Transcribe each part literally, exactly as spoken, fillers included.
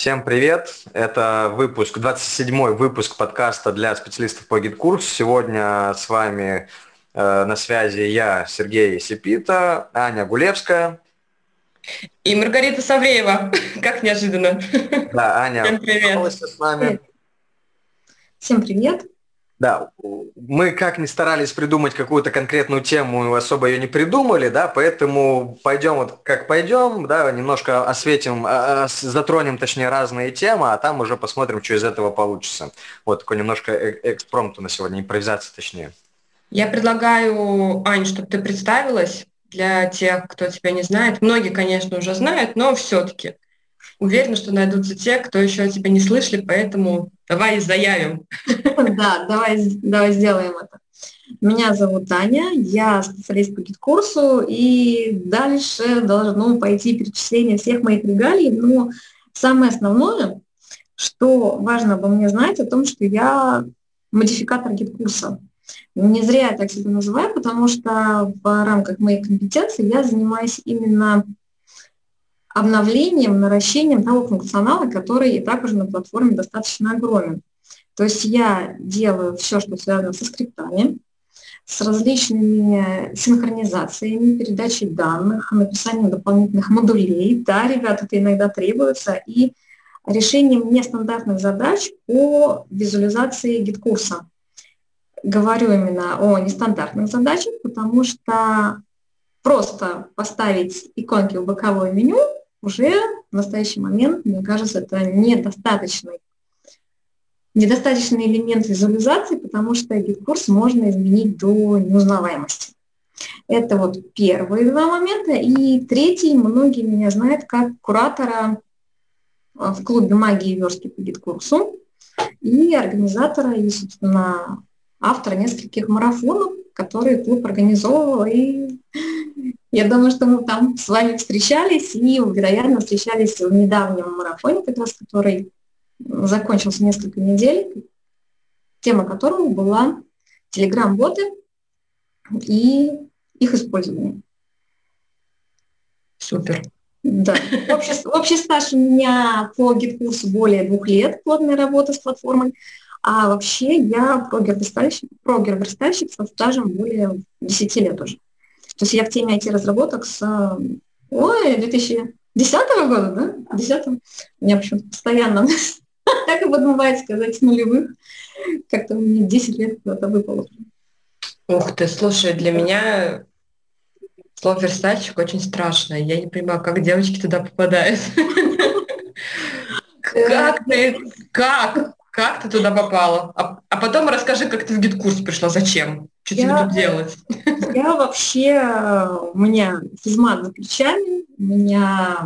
Всем привет! Это выпуск, двадцать седьмой выпуск подкаста для специалистов по гид-курсу. Сегодня с вами э, на связи я, Сергей Сипита, Аня Гулевская. И Маргарита Савреева. Как неожиданно. Да, Аня Всем привет. с нами. Всем привет. Да, мы как ни старались придумать какую-то конкретную тему, особо ее не придумали, да, поэтому пойдем вот как пойдем, да, немножко осветим, затронем, точнее, разные темы, а там уже посмотрим, что из этого получится. Вот такой немножко экспромту на сегодня, импровизация точнее. Я предлагаю, Ань, чтобы ты представилась для тех, кто тебя не знает. Многие, конечно, уже знают, но все-таки уверена, что найдутся те, кто еще тебя не слышали, поэтому давай заявим. Да, давай, давай сделаем это. Меня зовут Аня, я специалист по гид-курсу, и дальше должно пойти перечисление всех моих регалий, но самое основное, что важно обо мне знать, о том, что я модификатор гид-курса. Не зря я так себя называю, потому что в рамках моих компетенций я занимаюсь именно обновлением, наращением того функционала, который и так уже на платформе достаточно огромен. То есть я делаю все, что связано со скриптами, с различными синхронизациями, передачей данных, написанием дополнительных модулей. Да, ребят, это иногда требуется. И решением нестандартных задач по визуализации гид-курса. Говорю именно о нестандартных задачах, потому что просто поставить иконки в боковое меню уже в настоящий момент, мне кажется, это недостаточный Недостаточный элемент визуализации, потому что гид-курс можно изменить до неузнаваемости. Это вот первые два момента. И третий, многие меня знают как куратора в клубе магии и верстки по гид-курсу и организатора, и, собственно, автора нескольких марафонов, которые клуб организовывал. И я думаю, что мы там с вами встречались, и, вероятно, встречались в недавнем марафоне, как раз, который закончился несколько недель, тема которого была телеграм-боты и их использование. Супер. Да. Общий, общий стаж у меня по гид-курсу более двух лет плотной работы с платформой, а вообще я прогер-верстальщик, прогер-верстальщик со стажем более десяти лет уже. То есть я в теме ай ти-разработок с ой, две тысячи десятого года, да? десятого. У меня почему-то постоянно так и подмывает сказать, с нулевых. Как-то мне десять лет куда-то выпало. Ух ты, слушай, для меня слово верстальщик очень страшное. Я не понимаю, как девочки туда попадают. Как ты, как? Как ты туда попала? А, а потом расскажи, как ты в гид-курс пришла, зачем? Что тебе тут делать? Я вообще, у меня физмат за плечами, у меня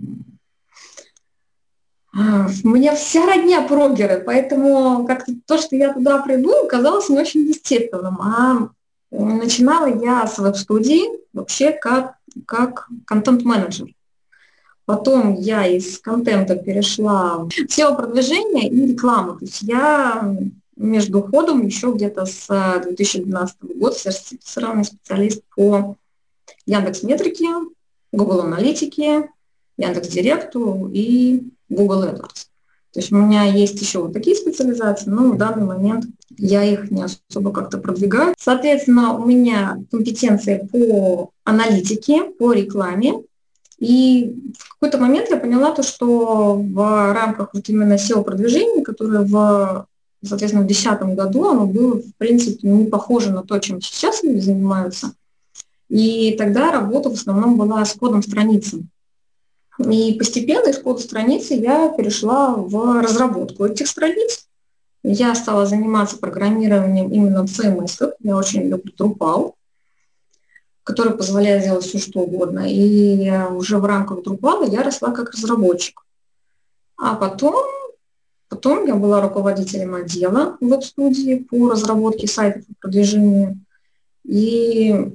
У меня вся родня прогеры, поэтому как-то то, что я туда приду, казалось не очень естественным. А начинала я с веб-студии вообще как, как контент-менеджер. Потом я из контента перешла в эс и о-продвижение и рекламу. То есть я между ходом еще где-то с две тысячи двенадцатого года сертифицированный специалист по Яндекс.Метрике, Google Аналитике, Яндекс.Директу и Google AdWords. То есть у меня есть еще вот такие специализации, но в данный момент я их не особо как-то продвигаю. Соответственно, у меня компетенции по аналитике, по рекламе. И в какой-то момент я поняла то, что в рамках вот именно эс и о-продвижения, которое в, соответственно, в две тысячи десятом году, оно было, в принципе, не похоже на то, чем сейчас люди занимаются. И тогда работа в основном была с кодом страницы. И постепенно из кода страницы я перешла в разработку этих страниц. Я стала заниматься программированием именно в си эм эс. Я очень люблю Drupal, который позволяет делать все, что угодно. И уже в рамках Drupal я росла как разработчик. А потом, потом я была руководителем отдела в веб-студии по разработке сайтов и продвижению. И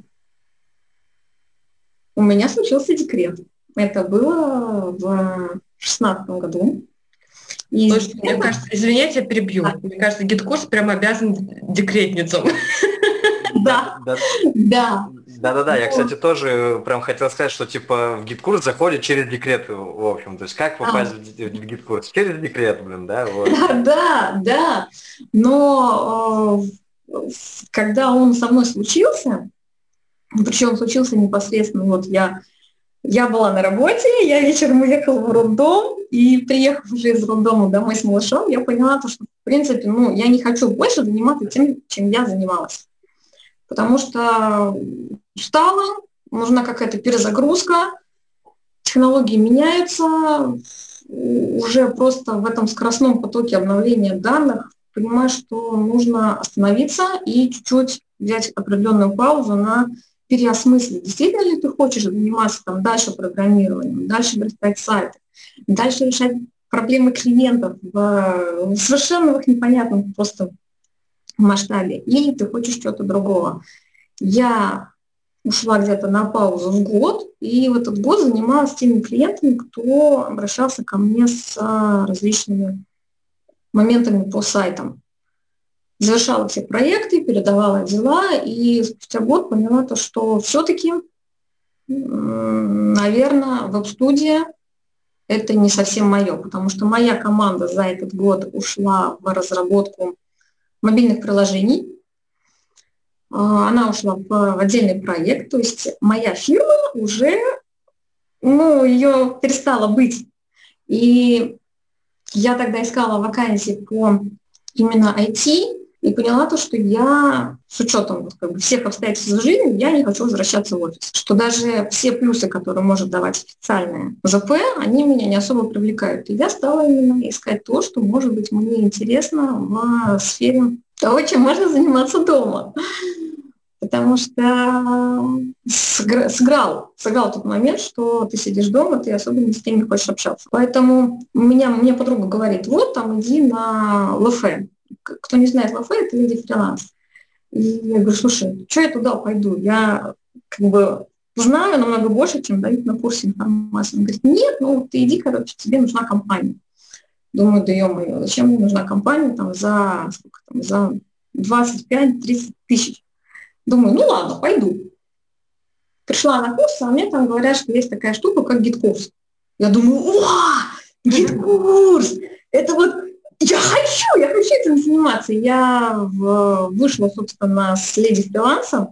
у меня случился декрет. Это было в шестнадцатом году. И Слушай, мне кажется, извини, я тебя перебью. А. Мне кажется, гид-курс прям обязан декретницам. Да, да. Да-да-да, я, кстати, тоже прям хотел сказать, что типа в гид-курс заходит через декрет, в общем. То есть как попасть в гид-курс? Через декрет, блин, да? Вот. Да, да, да. Но э, когда он со мной случился, причем случился непосредственно, вот я, я была на работе, я вечером уехала в роддом, и приехав уже из роддома домой с малышом, я поняла, что, в принципе, ну, я не хочу больше заниматься тем, чем я занималась. Потому что устала, нужна какая-то перезагрузка, технологии меняются, уже просто в этом скоростном потоке обновления данных понимаешь, что нужно остановиться и чуть-чуть взять определенную паузу на переосмыслить. Действительно ли ты хочешь заниматься там, дальше программированием, дальше верстать сайты, дальше решать проблемы клиентов в совершенно в их непонятном просто масштабе, или ты хочешь чего-то другого. Я ушла где-то на паузу в год, и в этот год занималась теми клиентами, кто обращался ко мне с различными моментами по сайтам. Завершала все проекты, передавала дела, и спустя год поняла то, что все-таки, наверное, веб-студия – это не совсем мое, потому что моя команда за этот год ушла в разработку мобильных приложений. Она ушла в отдельный проект, то есть моя фирма уже, ну, ее перестала быть. И я тогда искала вакансии по именно ай ти и поняла то, что я с учетом вот, как бы, всех обстоятельств жизни, я не хочу возвращаться в офис. Что даже все плюсы, которые может давать официальное ЗП, они меня не особо привлекают. И я стала именно искать то, что может быть мне интересно в сфере того, чем можно заниматься дома. Потому что сыграл, сыграл тот момент, что ты сидишь дома, ты особо ни с кем не хочешь общаться. Поэтому меня, мне подруга говорит, вот там иди на эл эф. Кто не знает, эл эф – это леди фриланс. И я говорю, слушай, что я туда пойду? Я как бы знаю намного больше, чем дают на курсе информации. Он говорит, нет, ну ты иди, короче, тебе нужна компания. Думаю, да ё-моё, зачем мне нужна компания там, за, сколько, там, за двадцать пять тридцать тысяч? Думаю, ну ладно, пойду. Пришла на курс, а мне там говорят, что есть такая штука, как гид-курс. Я думаю, о, гид-курс! Это вот, я хочу, я хочу этим заниматься. Я в, вышла, собственно, с леди фриланса,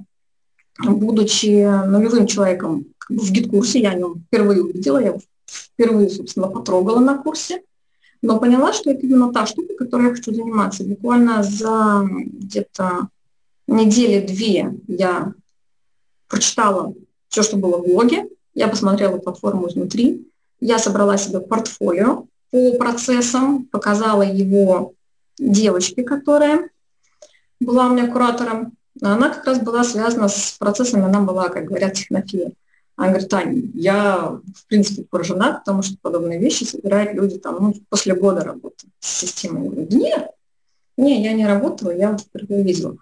будучи нулевым человеком в гид-курсе, я о нем впервые увидела, я его впервые, собственно, потрогала на курсе, но поняла, что это именно та штука, которой я хочу заниматься. Буквально за где-то недели две я прочитала все, что было в блоге, я посмотрела платформу изнутри, я собрала себе портфолио по процессам, показала его девочке, которая была у меня куратором. Она как раз была связана с процессами, она была, как говорят, технофилом. Она говорит, Таня, я, в принципе, поражена, потому что подобные вещи собирают люди там, ну, после года работы с системой. Я говорю, да нет, не, я не работала, я вот впервые видела.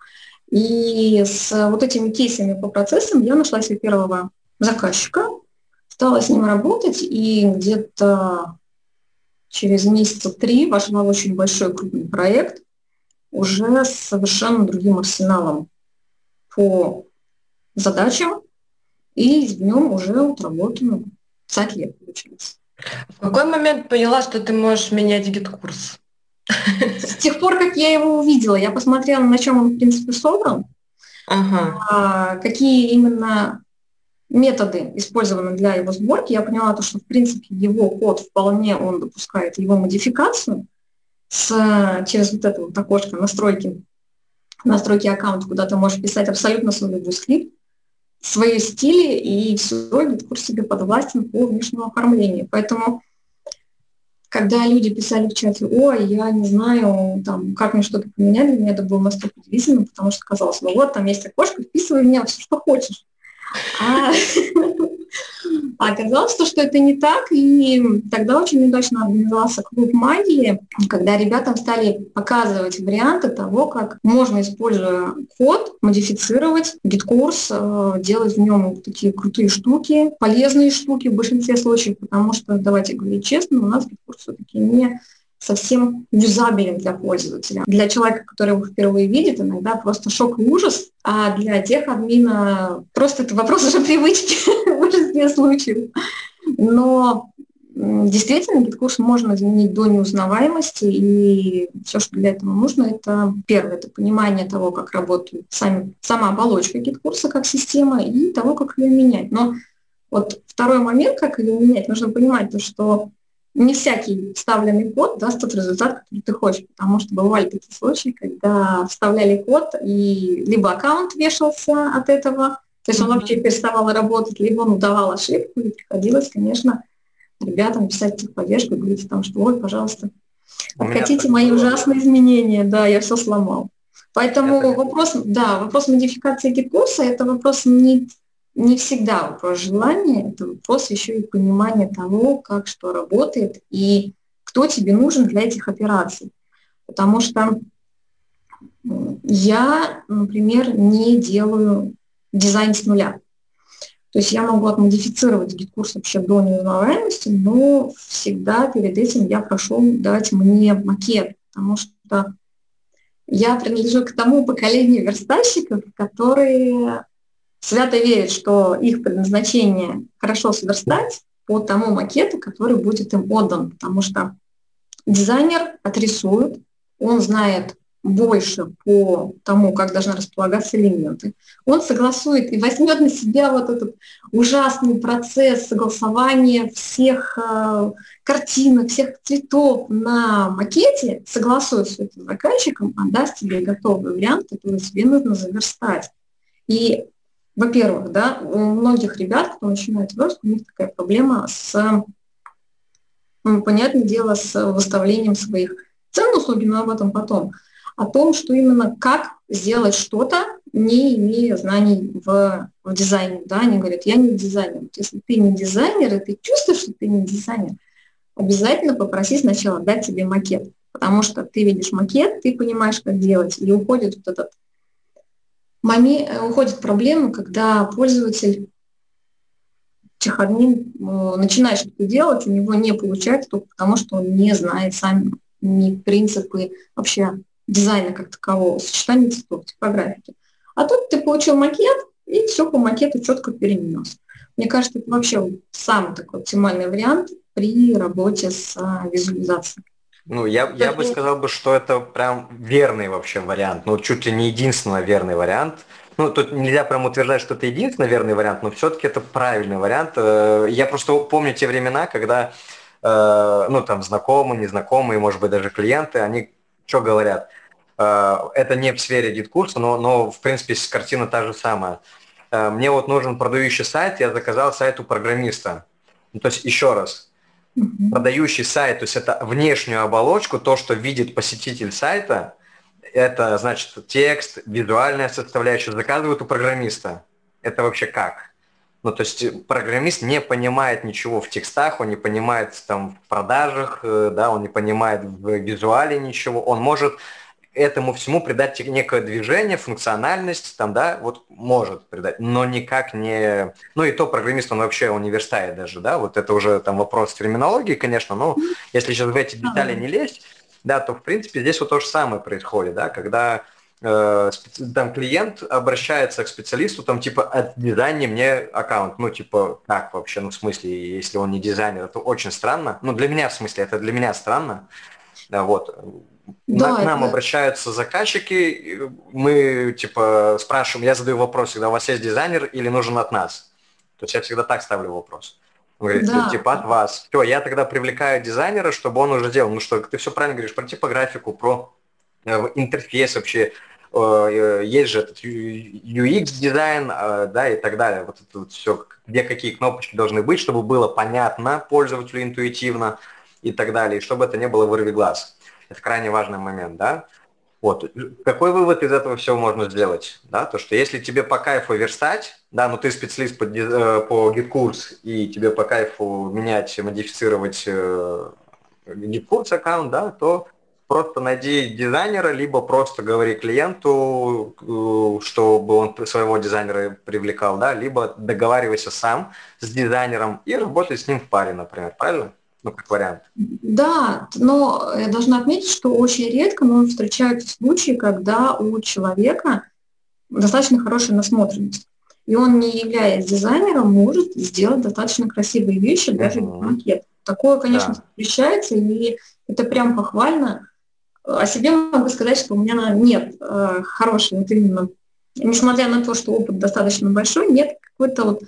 И с вот этими кейсами по процессам я нашла себе первого заказчика, стала с ним работать, и где-то через месяца три вошла в очень большой крупный проект, уже с совершенно другим арсеналом по задачам, и в нем уже отработано пять лет, получается. В какой момент поняла, что ты можешь менять гид-курс? С тех пор, как я его увидела, я посмотрела, на чем он, в принципе, собран, ага. а, какие именно методы использованы для его сборки. Я поняла, то, что, в принципе, его код вполне он допускает его модификацию с, через вот это вот окошко настройки, настройки аккаунта, куда ты можешь писать абсолютно свой любой скрипт, свои стили, и все, гид-курс себе подвластен по внешнему оформлению. Поэтому когда люди писали в чате, ой, я не знаю, там, как мне что-то поменять, для меня это было настолько удивительно, потому что казалось, ну вот, там есть окошко, вписывай в меня все, что хочешь. А, а оказалось, что это не так, и тогда очень удачно организовался клуб магии, когда ребятам стали показывать варианты того, как можно, используя код, модифицировать гид-курс, делать в нем такие крутые штуки, полезные штуки в большинстве случаев, потому что, давайте говорить честно, у нас гид-курс все-таки не совсем юзабелен для пользователя. Для человека, который его впервые видит, иногда просто шок и ужас, а для тех админа просто это вопрос уже привычки в большинстве случаев. Но действительно, гид-курс можно изменить до неузнаваемости, и все, что для этого нужно, это первое, это понимание того, как работает сами, сама оболочка гид-курса как система, и того, как ее менять. Но вот второй момент, как ее менять, нужно понимать то, что не всякий вставленный код даст тот результат, который ты хочешь, потому что бывали такие случаи, когда вставляли код, и либо аккаунт вешался от этого, то есть он mm-hmm. вообще переставал работать, либо он давал ошибку, и приходилось, конечно, ребятам писать техподдержку и говорить там, что ой, пожалуйста, откатите мои было. ужасные изменения, да, я все сломал. Поэтому вопрос, да, вопрос модификации гид-курса – это вопрос не Не всегда вопрос желания, это вопрос еще и понимания того, как что работает и кто тебе нужен для этих операций. Потому что я, например, не делаю дизайн с нуля. То есть я могу отмодифицировать гид-курс вообще до неузнаваемости, но всегда перед этим я прошу дать мне макет, потому что я принадлежу к тому поколению верстальщиков, которые свято верят, что их предназначение хорошо сверстать по тому макету, который будет им отдан, потому что дизайнер отрисует, он знает больше по тому, как должны располагаться элементы. Он согласует и возьмет на себя вот этот ужасный процесс согласования всех э, картинок, всех цветов на макете, согласует все это с заказчиком, отдаст тебе готовый вариант, который тебе нужно заверстать. И во-первых, да, у многих ребят, кто начинает верстку, у них такая проблема с, ну, понятное дело, с выставлением своих цен услуги, но об этом потом, о том, что именно как сделать что-то, не имея знаний в, в дизайне. Да? Они говорят, я не дизайнер. Вот если ты не дизайнер, и ты чувствуешь, что ты не дизайнер, обязательно попроси сначала дать тебе макет, потому что ты видишь макет, ты понимаешь, как делать, и уходит вот этот момент, уходит проблема, когда пользователь, техадмин, начинает что-то делать, у него не получается только потому, что он не знает сами ни принципы вообще дизайна как такового, сочетания цветов, типографики. А тут ты получил макет, и все по макету четко перенес. Мне кажется, это вообще самый такой оптимальный вариант при работе с визуализацией. Ну, я, я бы сказал, бы, что это прям верный вообще вариант, ну, чуть ли не единственный верный вариант. Ну, тут нельзя прям утверждать, что это единственный верный вариант, но все-таки это правильный вариант. Я просто помню те времена, когда, ну, там, знакомые, незнакомые, может быть, даже клиенты, они что говорят? Это не в сфере гид-курса, но, но, в принципе, картина та же самая. Мне вот нужен продающий сайт, я заказал сайт у программиста. Ну, то есть, еще раз, mm-hmm. продающий сайт, то есть это внешнюю оболочку, то, что видит посетитель сайта, это, значит, текст, визуальная составляющая, заказывают у программиста. Это вообще как? Ну, то есть программист не понимает ничего в текстах, он не понимает там в продажах, да, он не понимает в визуале ничего, он может этому всему придать некое движение, функциональность, там, да, вот может придать, но никак не... Ну и то программист, он вообще он не верстает даже, да, вот это уже там вопрос терминологии, конечно, но если сейчас в эти детали не лезть, да, то в принципе здесь вот то же самое происходит, да, когда э, там клиент обращается к специалисту, там типа отдизайни мне аккаунт, ну типа как вообще, ну в смысле, если он не дизайнер, это очень странно, ну для меня в смысле, это для меня странно, да, вот. Да, к нам это... обращаются заказчики, мы типа спрашиваем, я задаю вопрос, всегда у вас есть дизайнер или нужен от нас? То есть я всегда так ставлю вопрос. Он говорит, да. типа от вас. Все, я тогда привлекаю дизайнера, чтобы он уже делал. Ну что, ты все правильно говоришь про типографику, про э, интерфейс вообще. Э, есть же этот ю экс дизайн, э, да, и так далее. Вот это вот все, где какие кнопочки должны быть, чтобы было понятно пользователю интуитивно и так далее, и чтобы это не было вырви глаз. Это крайне важный момент, да. Вот. Какой вывод из этого всего можно сделать? Да? То, что если тебе по кайфу верстать, да, ну ты специалист по, по гид-курс, и тебе по кайфу менять, модифицировать э, гид-курс аккаунт, да, то просто найди дизайнера, либо просто говори клиенту, э, чтобы он своего дизайнера привлекал, да, либо договаривайся сам с дизайнером и работай с ним в паре, например, правильно? ну, как вариант. Да, но я должна отметить, что очень редко, но встречаются случаи, когда у человека достаточно хорошая насмотренность. И он, не являясь дизайнером, может сделать достаточно красивые вещи, даже без Угу. макета. Такое, конечно, Да. встречается, и это прям похвально. О себе могу сказать, что у меня нет э, хорошей, вот именно, несмотря на то, что опыт достаточно большой, нет какой-то вот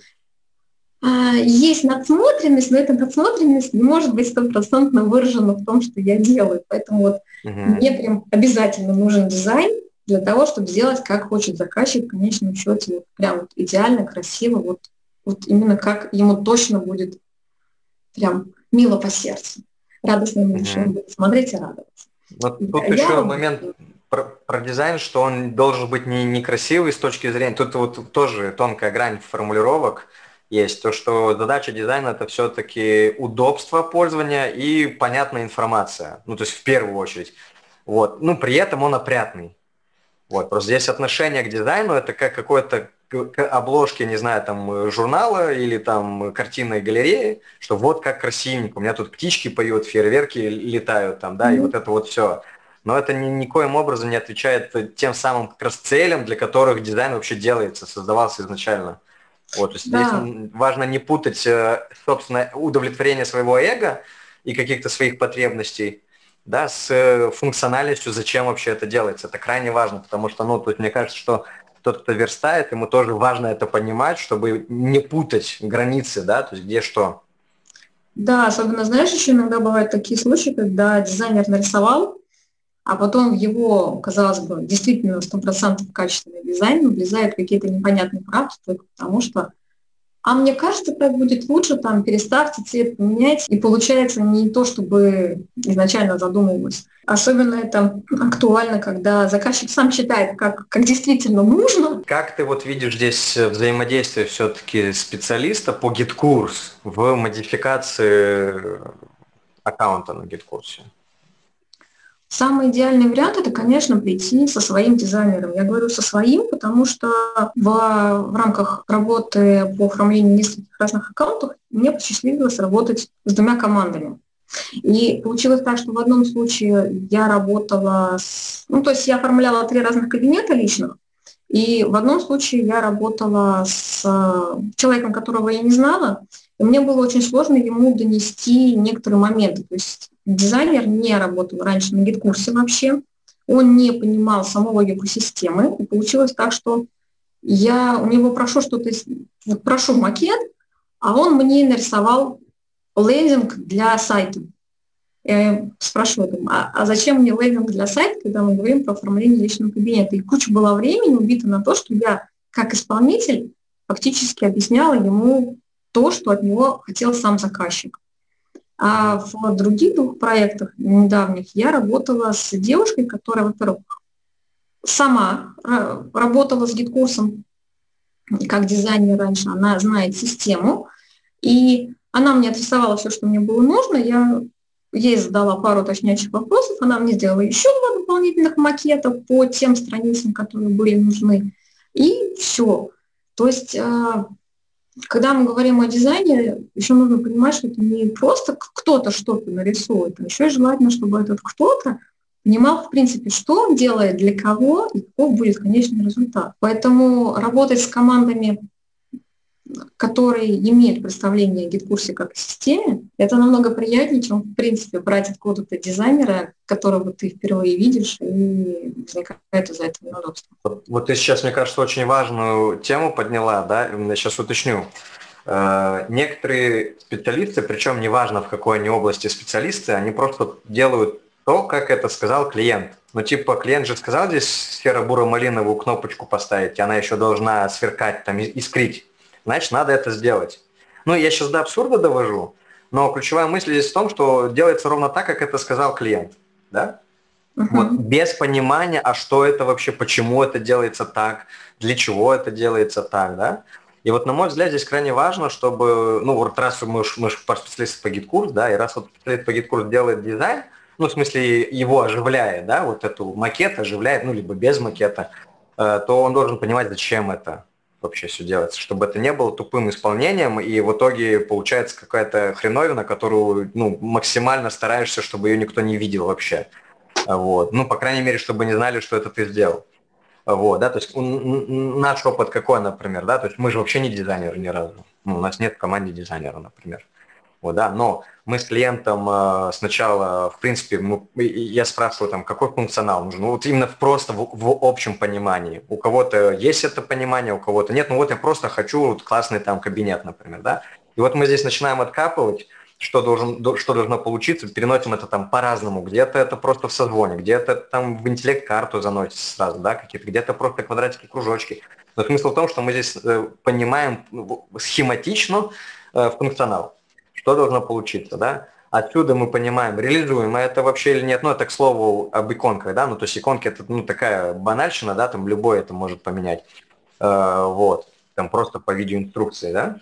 а, есть надсмотренность, но эта надсмотренность не может быть стопроцентно выражена в том, что я делаю. Поэтому вот Угу. мне прям обязательно нужен дизайн для того, чтобы сделать, как хочет заказчик в конечном счете, вот прям вот идеально, красиво, вот, вот именно как ему точно будет прям мило по сердцу. Радостно на душе Угу. будет смотреть и радоваться. Вот Я, тут я еще вот, момент про, про дизайн, что он должен быть не, не красивый с точки зрения. Тут вот тоже тонкая грань формулировок есть. То, что задача дизайна это все-таки удобство пользования и понятная информация. Ну, то есть в первую очередь. Вот. Ну, при этом он опрятный. Вот. Просто здесь отношение к дизайну это как какое-то к обложке, не знаю, там, журнала или там картинной галереи, что вот как красивенько, у меня тут птички поют, фейерверки летают там, да, и вот это вот все. Но это ни, никоим образом не отвечает тем самым как раз целям, для которых дизайн вообще делается, создавался изначально. Вот, то есть здесь да, важно не путать, собственно, удовлетворение своего эго и каких-то своих потребностей, да, с функциональностью, зачем вообще это делается. Это крайне важно, потому что, ну, тут мне кажется, что тот, кто верстает, ему тоже важно это понимать, чтобы не путать границы, да, то есть где что. да, особенно, знаешь, еще иногда бывают такие случаи, когда дизайнер нарисовал, а потом в его, казалось бы, действительно сто процентов качественный дизайн влезают какие-то непонятные правки только потому, что а мне кажется, так будет лучше, там, переставьте цвет, поменять, и получается не то, чтобы изначально задумывалось. Особенно это актуально, когда заказчик сам считает, как, как действительно нужно. Как ты вот видишь здесь взаимодействие все-таки специалиста по гид-курс в модификации аккаунта на гид-курсе? Самый идеальный вариант – это, конечно, прийти со своим дизайнером. Я говорю со своим, потому что в, в рамках работы по оформлению нескольких разных аккаунтов мне посчастливилось работать с двумя командами. И получилось так, что в одном случае я работала с... Ну, то есть я оформляла три разных кабинета личных, и в одном случае я работала с человеком, которого я не знала, и мне было очень сложно ему донести некоторые моменты. То есть дизайнер не работал раньше на гид-курсе вообще, он не понимал саму логику системы, и получилось так, что я у него прошу что-то, вот прошу макет, а он мне нарисовал лендинг для сайта. Я спрашиваю, а, а зачем мне лендинг для сайта, когда мы говорим про оформление личного кабинета? И куча была времени убита на то, что я, как исполнитель, фактически объясняла ему то, что от него хотел сам заказчик. А в других двух проектах недавних я работала с девушкой, которая, во-первых, сама работала с гид-курсом как дизайнер раньше, она знает систему, и она мне отрисовала все, что мне было нужно, я ей задала пару уточняющих вопросов, она мне сделала еще два дополнительных макета по тем страницам, которые были нужны, и все. То есть, когда мы говорим о дизайне, еще нужно понимать, что это не просто кто-то что-то нарисует, а еще и желательно, чтобы этот кто-то понимал, в принципе, что он делает, для кого и каков будет конечный результат. Поэтому работать с командами, которые имеют представление о гид-курсе как о системе, это намного приятнее, чем, в принципе, брать откуда-то дизайнера, которого ты впервые видишь, и возникает из-за этого неудобство. Вот, вот ты сейчас, мне кажется, очень важную тему подняла, да, я сейчас уточню. Э, некоторые специалисты, причем неважно в какой они области специалисты, они просто делают то, как это сказал клиент. Ну, типа, клиент же сказал здесь серо-буро-малиновую кнопочку поставить, и она еще должна сверкать, там, искрить. Значит, надо это сделать. Ну, я сейчас до абсурда довожу, но ключевая мысль здесь в том, что делается ровно так, как это сказал клиент. Да? Uh-huh. Вот, без понимания, а что это вообще, почему это делается так, для чего это делается так, да? И вот, на мой взгляд, здесь крайне важно, чтобы, ну, вот раз мы же мы специалисты по гид-курс, да, и раз вот специалист по гид-курс делает дизайн, ну, в смысле, его оживляет, да, вот эту макет оживляет, ну, либо без макета, то он должен понимать, зачем это. вообще все делается, чтобы это не было тупым исполнением, и в итоге получается какая-то хреновина, которую, ну, максимально стараешься, чтобы ее никто не видел вообще. Вот. Ну, по крайней мере, чтобы не знали, что это ты сделал. Вот, да, то есть наш опыт какой, например, да, то есть мы же вообще не дизайнеры ни разу. Ну, у нас нет в команде дизайнера, например. Вот, да, но мы с клиентом э, сначала, в принципе, мы, я спрашиваю, там, какой функционал нужен, ну, вот именно просто в, в общем понимании. У кого-то есть это понимание, у кого-то нет, ну вот я просто хочу вот классный там кабинет, например, да. И вот мы здесь начинаем откапывать, что, должен, что должно получиться, переносим это там по-разному. Где-то это просто в созвоне, где-то там в интеллект-карту заносится сразу, да, какие-то, где-то просто квадратики, кружочки. Но смысл в том, что мы здесь э, понимаем схематично э, функционал. Что должно получиться, да? Отсюда мы понимаем, реализуемо это вообще или нет. Ну, это, к слову, об иконках, да, ну, то есть иконки это, ну, такая банальщина, да, там любой это может поменять, э, вот, там просто по видеоинструкции, да.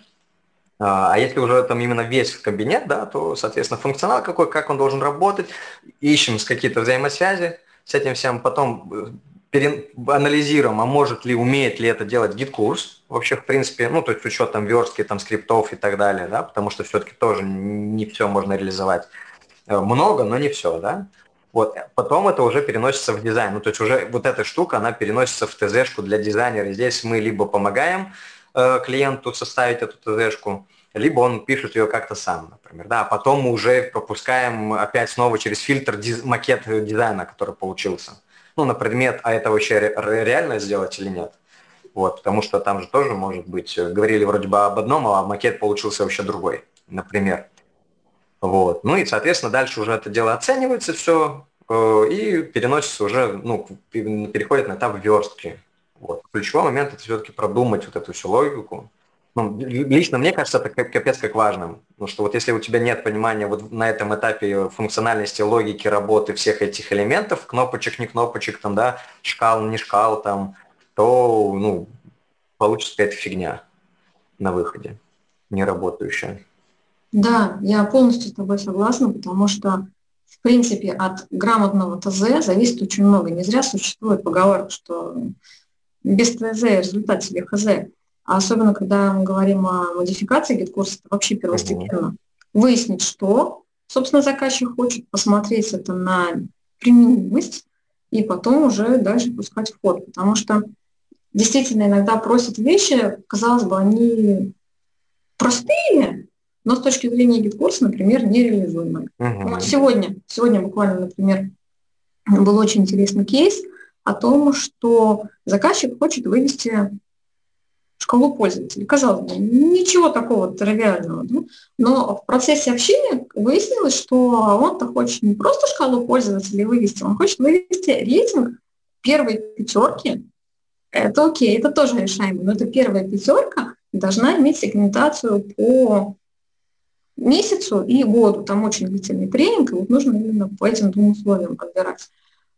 А если уже там именно весь кабинет, да, то, соответственно, функционал какой, как он должен работать, ищем какие-то взаимосвязи с этим всем, потом анализируем, а может ли, умеет ли это делать гид-курс, вообще, в принципе, ну, то есть с учетом верстки, там, скриптов и так далее, да, потому что все-таки тоже не все можно реализовать. Много, но не все, да. Вот, потом это уже переносится в дизайн, ну, то есть уже вот эта штука, она переносится в ТЗ-шку для дизайнера. Здесь мы либо помогаем э, клиенту составить эту ТЗ-шку, либо он пишет ее как-то сам, например, да, а потом мы уже пропускаем опять снова через фильтр диз- макет дизайна, который получился. Ну, на предмет, а это вообще ре- реально сделать или нет. Вот, потому что там же тоже может быть, говорили вроде бы об одном, а макет получился вообще другой, например. Вот. Ну и, соответственно, дальше уже это дело оценивается все э, и переносится уже, ну, переходит на этап верстки. Вот. Ключевой момент это все-таки продумать вот эту всю логику. Ну, лично мне кажется, это капец как важным. Потому что вот если у тебя нет понимания вот на этом этапе функциональности, логики работы всех этих элементов, кнопочек, не кнопочек, там, да, шкал, не шкал, там, то, ну, получится какая-то фигня на выходе, не работающая. Да, я полностью с тобой согласна, потому что, в принципе, от грамотного ТЗ зависит очень много. Не зря существует поговорка, что без ТЗ результат себе ХЗ. А особенно, когда мы говорим о модификации гид-курса, это вообще первостепенно. Угу. Выяснить, что, собственно, заказчик хочет, посмотреть это на применимость и потом уже дальше пускать в ход. Потому что действительно иногда просят вещи, казалось бы, они простые, но с точки зрения гид-курса, например, нереализуемые. Uh-huh. Вот сегодня, сегодня буквально, например, был очень интересный кейс о том, что заказчик хочет вывести шкалу пользователей. Казалось бы, ничего такого тривиального. Да? Но в процессе общения выяснилось, что он-то хочет не просто шкалу пользователей вывести, он хочет вывести рейтинг первой пятерки. Это окей, это тоже решаемо, но это первая пятерка должна иметь сегментацию по месяцу и году. Там очень длительный тренинг, и вот нужно именно по этим двум условиям подбирать.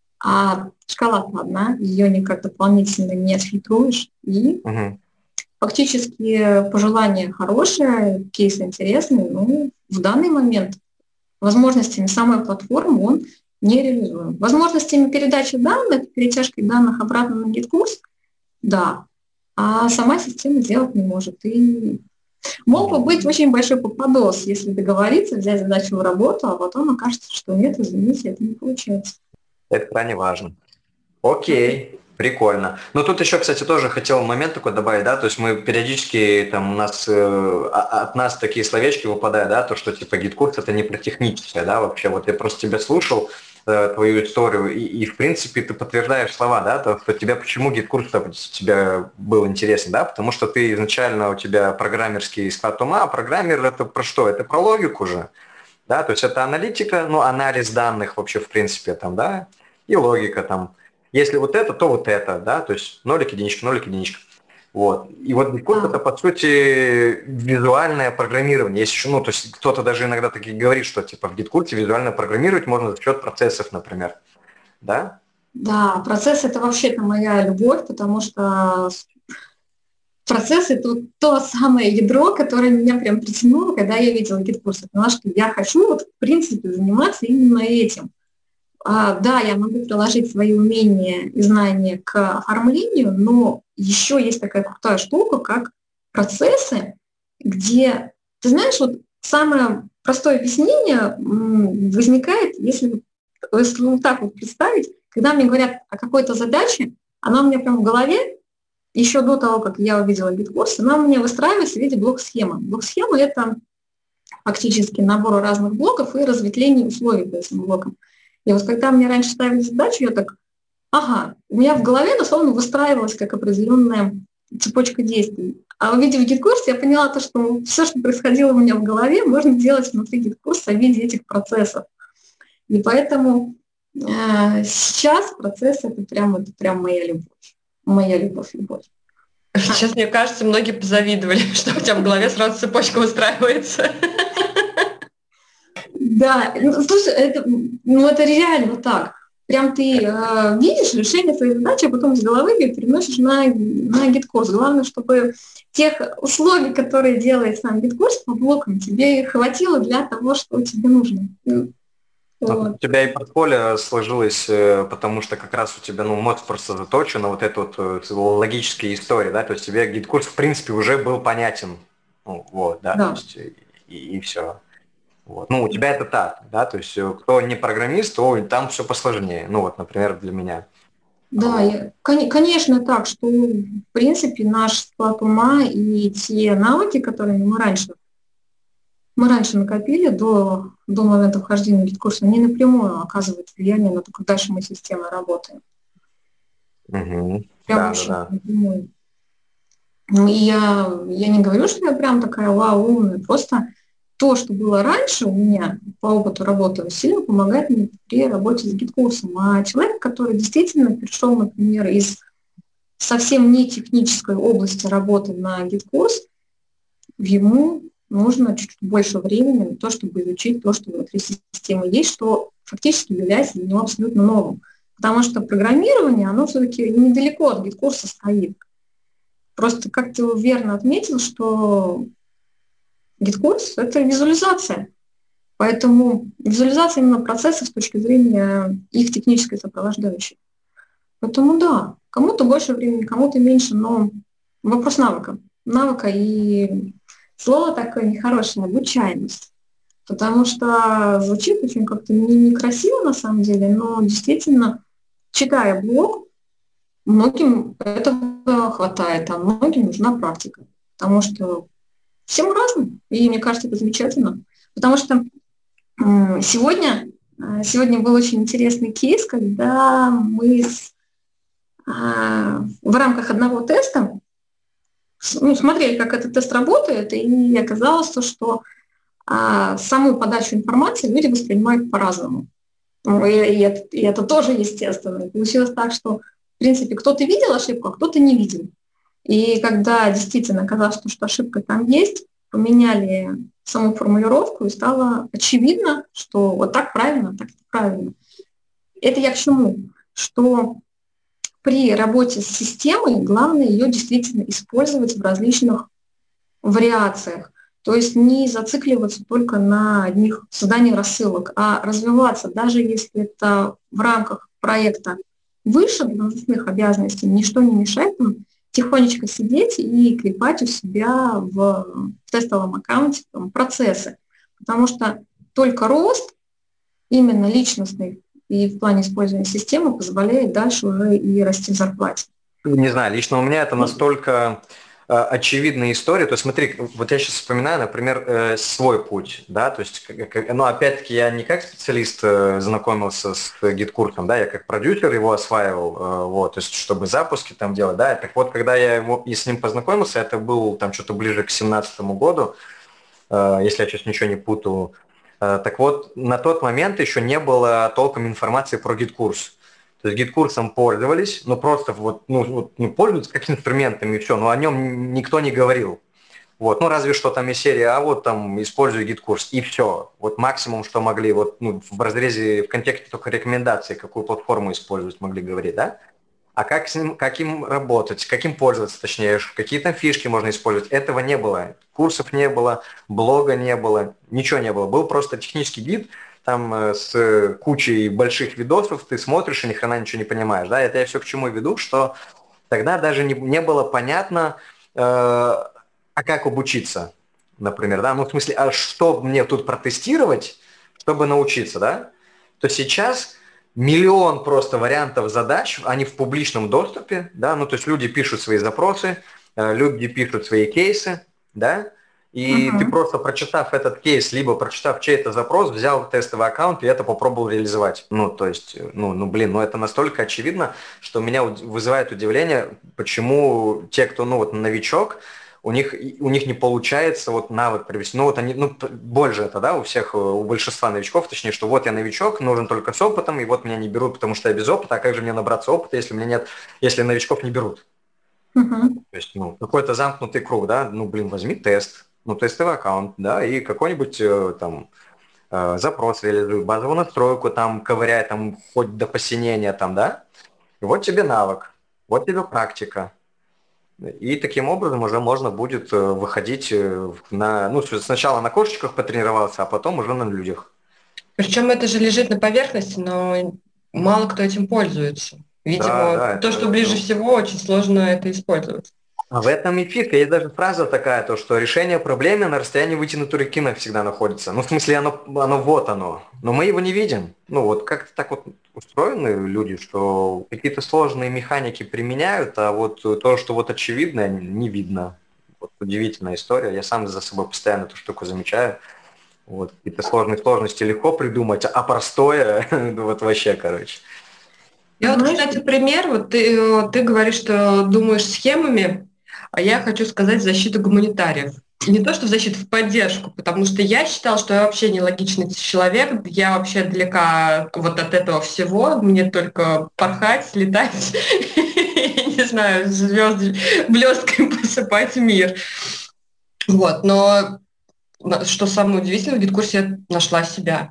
А шкала одна, ее никак дополнительно не отфильтруешь. И угу. фактически пожелание хорошее, кейс интересный, но в данный момент возможностями самой платформы он не реализуем. Возможностями передачи данных, перетяжки данных обратно на гид-курс, да, а сама система сделать не может. И мог бы быть очень большой попадос, если договориться, взять задачу в работу, а потом окажется, что нет, извините, это не получается. Это крайне важно. Окей, прикольно. Но тут еще, кстати, тоже хотел момент такой добавить, да, то есть мы периодически, там, у нас, э, от нас такие словечки выпадают, да, то, что, типа, гид-курс это не про техническое, да, вообще, вот я просто тебя слушал, э, твою историю, и, и, в принципе, ты подтверждаешь слова, да, то, что тебе, почему гид-курс тебе был интересен, да, потому что ты изначально, у тебя программерский склад ума, а программер это про что? Это про логику же, да, то есть это аналитика, ну, анализ данных вообще, в принципе, там, да, и логика там. Если вот это, то вот это, да, то есть нолик, единичка, нолик, единичка. Вот. И вот гид-курс а. это, по сути, визуальное программирование. Есть еще, ну, то есть кто-то даже иногда таки говорит, что типа в гид-курсе визуально программировать можно за счет процессов, например. Да? Да, процесс это вообще-то моя любовь, потому что процесс это вот то самое ядро, которое меня прям притянуло, когда я видела гид-курс. Я поняла, что я хочу вот в принципе заниматься именно этим. а, да, я могу приложить свои умения и знания к оформлению, но еще есть такая крутая штука, как процессы, где, ты знаешь, вот самое простое объяснение возникает, если, если вот так вот представить, когда мне говорят о какой-то задаче, она у меня прям в голове, еще до того, как я увидела гид-курс, она у меня выстраивается в виде блок-схемы. Блок-схема – это фактически набор разных блоков и разветвление условий по этим блокам. И вот когда мне раньше ставили задачу, я так, ага, у меня в голове, условно, выстраивалась как определенная цепочка действий. А увидев гид-курс, я поняла то, что все, что происходило у меня в голове, можно делать внутри гид-курса в виде этих процессов. И поэтому э, сейчас процесс – это прям, это прям моя любовь. Моя любовь, любовь. Сейчас, мне кажется, многие позавидовали, что у тебя в голове сразу цепочка выстраивается. Да, ну, слушай, это, ну, это реально так. Прям ты э, видишь решение своей задачи, а потом из головы ее переносишь на, на гид-курс. Главное, чтобы тех условий, которые делает сам гид-курс по блокам, тебе хватило для того, что тебе нужно. Вот. У тебя и портфолио сложилось, потому что как раз у тебя, ну, мозг просто заточен на вот эту вот логические истории, да, то есть тебе гид-курс, в принципе, уже был понятен, ну, вот, да, да. То есть и, и все. Вот. Ну, у тебя это так, да, то есть кто не программист, то там все посложнее, ну, вот, например, для меня. Да, вот. я, конечно, так, что, в принципе, наш склад ума и те навыки, которые мы раньше мы раньше накопили до, до момента вхождения в гид-курс, они напрямую оказывают влияние на то, как дальше мы системой работаем. Угу. Прям Да, очень да, да. напрямую. Ну, и я, я не говорю, что я прям такая вау, умная, просто то, что было раньше у меня по опыту работы, сильно помогает мне при работе с гид-курсом. А человек, который действительно перешел, например, из совсем не технической области работы на гид-курс, ему нужно чуть-чуть больше времени на то, чтобы изучить то, что внутри системы есть, что фактически является для него абсолютно новым. Потому что программирование, оно все-таки недалеко от гид-курса стоит. Просто, как ты верно отметил, что гид-курс – это визуализация. Поэтому визуализация именно процессов с точки зрения их технической сопровождающей. Поэтому да, кому-то больше времени, кому-то меньше, но вопрос навыка. Навыка и слово такое нехорошее – обучаемость. Потому что звучит очень как-то некрасиво на самом деле, но действительно, читая блог, многим этого хватает, а многим нужна практика. Потому что все мы разные, и мне кажется, это замечательно. Потому что сегодня, сегодня был очень интересный кейс, когда мы с, в рамках одного теста ну, смотрели, как этот тест работает, и оказалось, что а, саму подачу информации люди воспринимают по-разному. И, и, это, и это тоже естественно. И получилось так, что, в принципе, кто-то видел ошибку, а кто-то не видел. И когда действительно оказалось, что ошибка там есть, поменяли саму формулировку, и стало очевидно, что вот так правильно, так правильно. Это я к чему? Что при работе с системой главное ее действительно использовать в различных вариациях. То есть не зацикливаться только на одних создании рассылок, а развиваться, даже если это в рамках проекта выше должностных обязанностей, ничто не мешает нам тихонечко сидеть и клепать у себя в тестовом аккаунте там, процессы. Потому что только рост, именно личностный и в плане использования системы, позволяет дальше уже и расти в зарплате. Не знаю, лично у меня это настолько э, очевидная история. То есть смотри, вот я сейчас вспоминаю, например, э, свой путь, да, то есть, как, ну, опять-таки, я не как специалист э, знакомился с гид-курсом, да, я как продюсер его осваивал, э, вот, то есть, чтобы запуски там делать, да, так вот, когда я его, и с ним познакомился, это был там что-то ближе к семнадцатому году, э, если я сейчас ничего не путаю, э, так вот, на тот момент еще не было толком информации про гид-курс. То есть гид-курсом пользовались, но просто вот, ну, вот, ну, пользуются как инструментом и все, но о нем никто не говорил. Вот, ну разве что там из серии, а вот там используй гид-курс, и все. Вот максимум, что могли, вот ну, в разрезе, в контексте только рекомендаций, какую платформу использовать, могли говорить, да? А как с ним, как им работать, каким пользоваться, точнее, какие там фишки можно использовать, этого не было. Курсов не было, блога не было, ничего не было. Был просто технический гид, там э, с кучей больших видосов, ты смотришь и ни хрена ничего не понимаешь, да, это я все к чему веду, что тогда даже не, не было понятно, э, а как обучиться, например, да, ну, в смысле, а что мне тут протестировать, чтобы научиться, да, то сейчас миллион просто вариантов задач, они в публичном доступе, да, ну, то есть люди пишут свои запросы, э, люди пишут свои кейсы, да, и ты Мгм. просто, прочитав этот кейс, либо прочитав чей-то запрос, взял тестовый аккаунт и это попробовал реализовать. Ну, то есть, ну, ну блин, ну это настолько очевидно, что меня уд- вызывает удивление, почему те, кто, ну, вот новичок, у них, у них не получается вот навык привести. Ну, вот они, ну, п- больше это, да, у всех, у большинства новичков, точнее, что вот я новичок, нужен только с опытом, и вот меня не берут, потому что я без опыта, а как же мне набраться опыта, если меня нет, если новичков не берут? Мгм. То есть, ну, какой-то замкнутый круг, да, ну, блин, возьми тест, ну, тестовый аккаунт, да, и какой-нибудь э, там э, запрос реализуй, базовую настройку там ковыряй, там, хоть до посинения там, да, и вот тебе навык, вот тебе практика. И таким образом уже можно будет э, выходить э, на, ну, сначала на кошечках потренироваться, а потом уже на людях. Причем это же лежит на поверхности, но мало кто этим пользуется. Да, Видимо, да, то, это, что ближе ну, всего, очень сложно это использовать. а в этом и фишка. Есть даже фраза такая, то, что решение проблемы на расстоянии вытянутой руки всегда находится. Ну, в смысле, оно, оно вот оно. Но мы его не видим. Ну, вот как-то так вот устроены люди, что какие-то сложные механики применяют, а вот то, что вот очевидно, не видно. Вот удивительная история. Я сам за собой постоянно эту штуку замечаю. Вот, какие-то сложные сложности легко придумать, а простое, ну, вот вообще, короче. Я вот, Знаешь, кстати, пример, вот ты, э, ты говоришь, что думаешь схемами, а я хочу сказать в защиту гуманитариев. И не то, что в защиту, в поддержку, потому что я считала, что я вообще нелогичный человек, я вообще далека вот от этого всего, мне только порхать, летать, не знаю, звезды блестками посыпать мир. Вот, но на- что самое удивительное, в гид-курсе я нашла себя.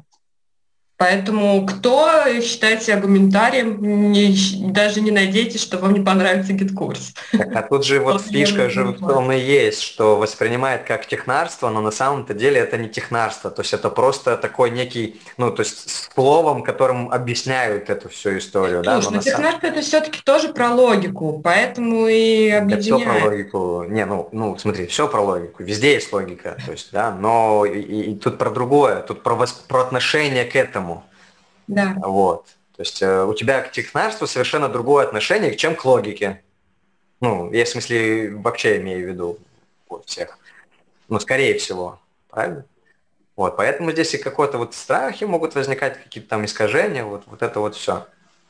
Поэтому кто считает себя гуманитарием, не ищ- даже не надейтесь, что вам не понравится гид-курс. Так, а тут же вот Он не фишка же в будет. том и есть, что воспринимает как технарство, но на самом-то деле это не технарство, то есть это просто такой некий, ну, то есть с словом, которым объясняют эту всю историю, да, но Слушай, ну на самом технарство это все-таки тоже про логику, поэтому и да все про объединяет. логику, не, ну, ну, смотри, все про логику, везде есть логика, то есть, да, но и, и- и тут про другое, тут про, вос- про отношение к этому, Да. вот, то есть э, у тебя к технарству совершенно другое отношение, чем к логике, ну, я в смысле вообще имею в виду вот всех. Ну, скорее всего, правильно? Вот, поэтому здесь и какой-то вот страхи могут возникать, какие-то там искажения, вот, вот это вот все.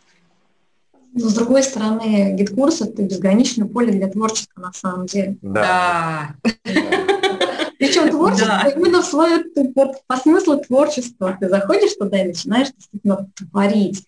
но с другой стороны, гид-курс– это безграничное поле для творчества на самом деле. Да, Да. да. Причем творчество Да. именно в свое, вот, по смыслу творчества. Ты заходишь туда и начинаешь действительно творить.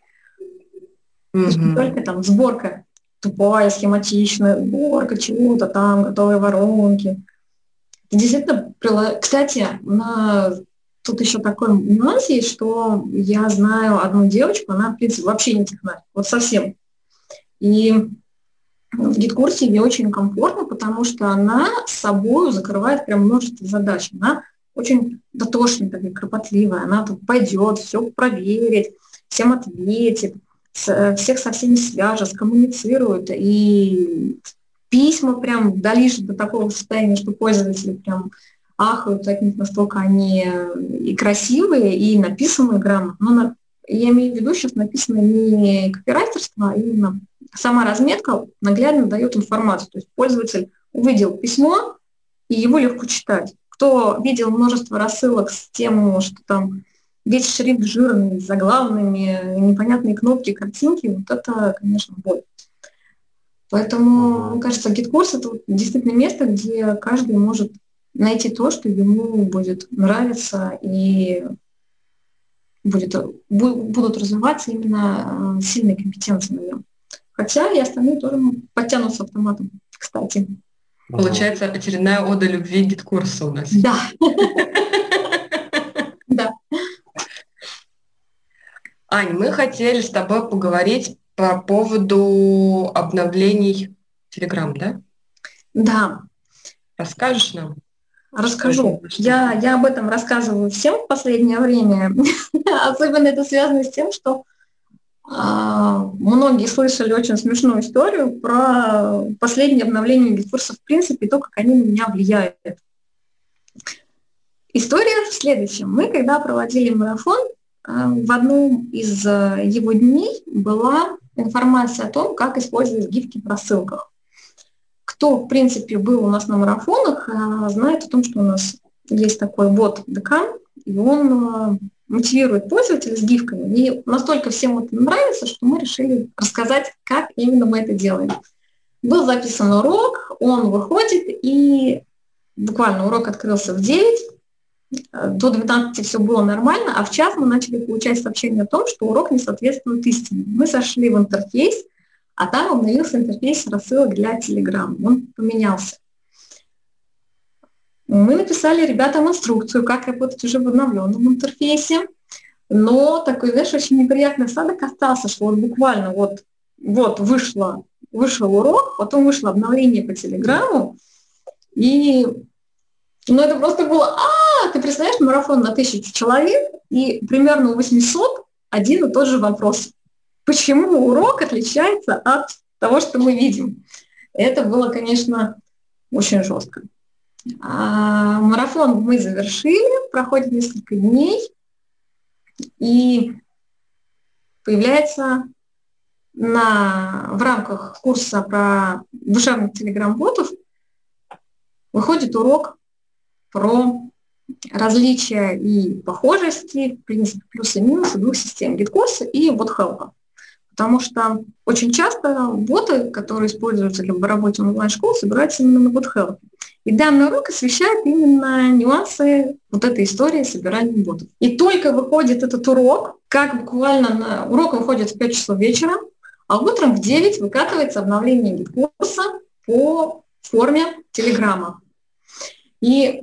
То есть не Мгм. только там сборка тупая, схематичная, сборка чего-то там, готовые воронки. И действительно, прила- кстати, на... тут еще такой нюанс есть, что я знаю одну девочку, она, в принципе, вообще не технарь, вот совсем. И в гид-курсе ей очень комфортно, потому что она с собой закрывает прям множество задач. Она очень дотошная, такая, кропотливая. Она тут пойдет, все проверит, всем ответит, с- всех со всеми свяжет, скоммуницирует. И письма прям долишь до такого состояния, что пользователи прям ахают от них, настолько они и красивые, и написанные грамотно. Но на- я имею в виду, сейчас написано не копирайтерство, а именно сама разметка наглядно дает информацию. То есть пользователь увидел письмо, и его легко читать. Кто видел множество рассылок с тем, что там весь шрифт жирный, с заглавными, непонятные кнопки, картинки, вот это, конечно, боль. Поэтому, мне Мгм. кажется, гид-курс– это вот действительно место, где каждый может найти то, что ему будет нравиться, и будет, бу- будут развиваться именно э, сильные компетенции на нем. Хотя и остальные тоже подтянутся автоматом, кстати. Мгм. Получается очередная ода любви гид-курса у нас. Да, да, Ань, мы хотели с тобой поговорить по поводу обновлений Telegram, да? да. Расскажешь нам? Расскажу. Я, я об этом рассказываю всем в последнее время. Особенно это связано с тем, что а, многие слышали очень смешную историю про последнее обновление гид-курса в принципе, и то, как они на меня влияют. История в следующем. Мы, когда проводили марафон, в одном из его дней была информация о том, как использовать гифки в рассылках. Кто, в принципе, был у нас на марафонах, знает о том, что у нас есть такой бот Декан, и он мотивирует пользователя с гифками. И настолько всем это нравится, что мы решили рассказать, как именно мы это делаем. Был записан урок, он выходит, и буквально урок открылся в девять. До двенадцати все было нормально, а в час мы начали получать сообщение о том, что урок не соответствует истине. Мы зашли в интерфейс, а там обновился интерфейс рассылок для Telegram. Он поменялся. Мы написали ребятам инструкцию, как работать уже в обновленном интерфейсе, но такой, знаешь, очень неприятный осадок остался, что вот буквально вот, вот вышло, вышел урок, потом вышло обновление по Телеграму, и ну, это просто было, а, ты представляешь, марафон на тысячу человек, и примерно у восьмисот один и тот же вопрос. Почему урок отличается от того, что мы видим? Это было, конечно, очень жестко. А марафон мы завершили, проходит несколько дней, и появляется на, в рамках курса про душевных телеграм-ботов, выходит урок про различия и похожести, в принципе, плюсы и минусы двух систем гид-курса и бот-хелпа. Потому что очень часто боты, которые используются для работы онлайн-школ, собираются именно на бот-хелпе. И данный урок освещает именно нюансы вот этой истории собирания ботов. И только выходит этот урок, как буквально на... урок выходит в пять часов вечера, а утром в девять выкатывается обновление гид-курса по форме Телеграма. И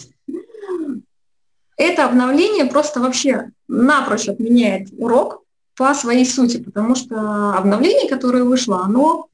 это обновление просто вообще напрочь отменяет урок по своей сути, потому что обновление, которое вышло, оно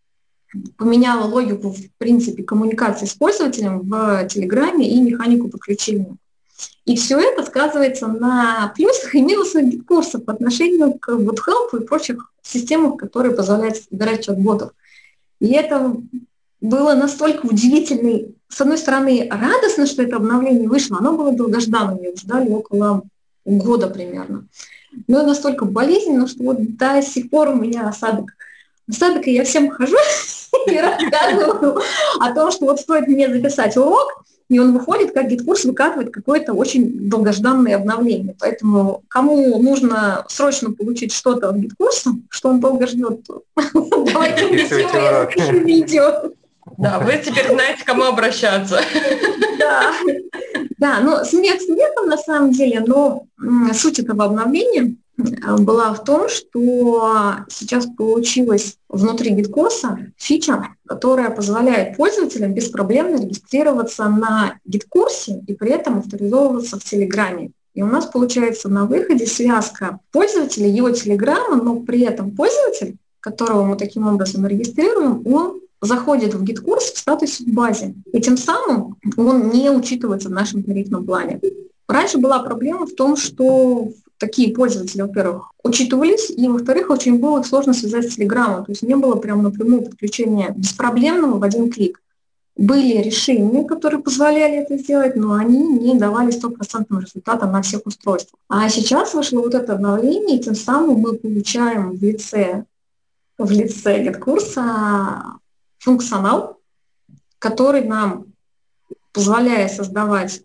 поменяло логику, в принципе, коммуникации с пользователем в Телеграме и механику подключения. И все это сказывается на плюсах и минусах гид-курса по отношению к BootHelp и прочих системах, которые позволяют собирать чат-ботов. И это было настолько удивительно. С одной стороны, радостно, что это обновление вышло, оно было долгожданным, его ждали около года примерно. Но настолько болезненно, что вот до сих пор у меня осадок. Осадок, и я всем хожу и рассказываю о том, что вот стоит мне записать урок, и он выходит, как гид-курс выкатывает какое-то очень долгожданное обновление. Поэтому кому нужно срочно получить что-то от гид-курса, что он долго ждет, давайте мне сегодня я запишу видео. Да, вы теперь знаете, к кому обращаться. Да, да, но смех смехом на самом деле, но суть этого обновления была в том, что сейчас получилась внутри гид-курса фича, которая позволяет пользователям беспроблемно регистрироваться на гид-курсе и при этом авторизовываться в Телеграме. И у нас получается на выходе связка пользователя, его Телеграма, но при этом пользователь, которого мы таким образом регистрируем, он заходит в гид-курс в статусе в базе. И тем самым он не учитывается в нашем тарифном плане. Раньше была проблема в том, что такие пользователи, во-первых, учитывались, и, во-вторых, очень было их сложно связать с Телеграмом. То есть не было прям напрямую подключения беспроблемного в один клик. Были решения, которые позволяли это сделать, но они не давали стопроцентного результата на всех устройствах. А сейчас вышло вот это обновление, и тем самым мы получаем в лице, в лице гид-курса функционал, который нам позволяет создавать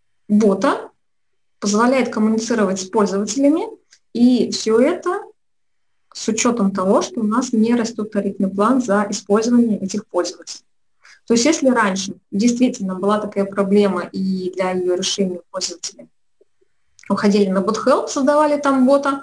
бота, позволяет коммуницировать с пользователями, и все это с учетом того, что у нас не растет тарифный план за использование этих пользователей. То есть если раньше действительно была такая проблема, и для ее решения пользователи уходили на BootHelp, создавали там бота,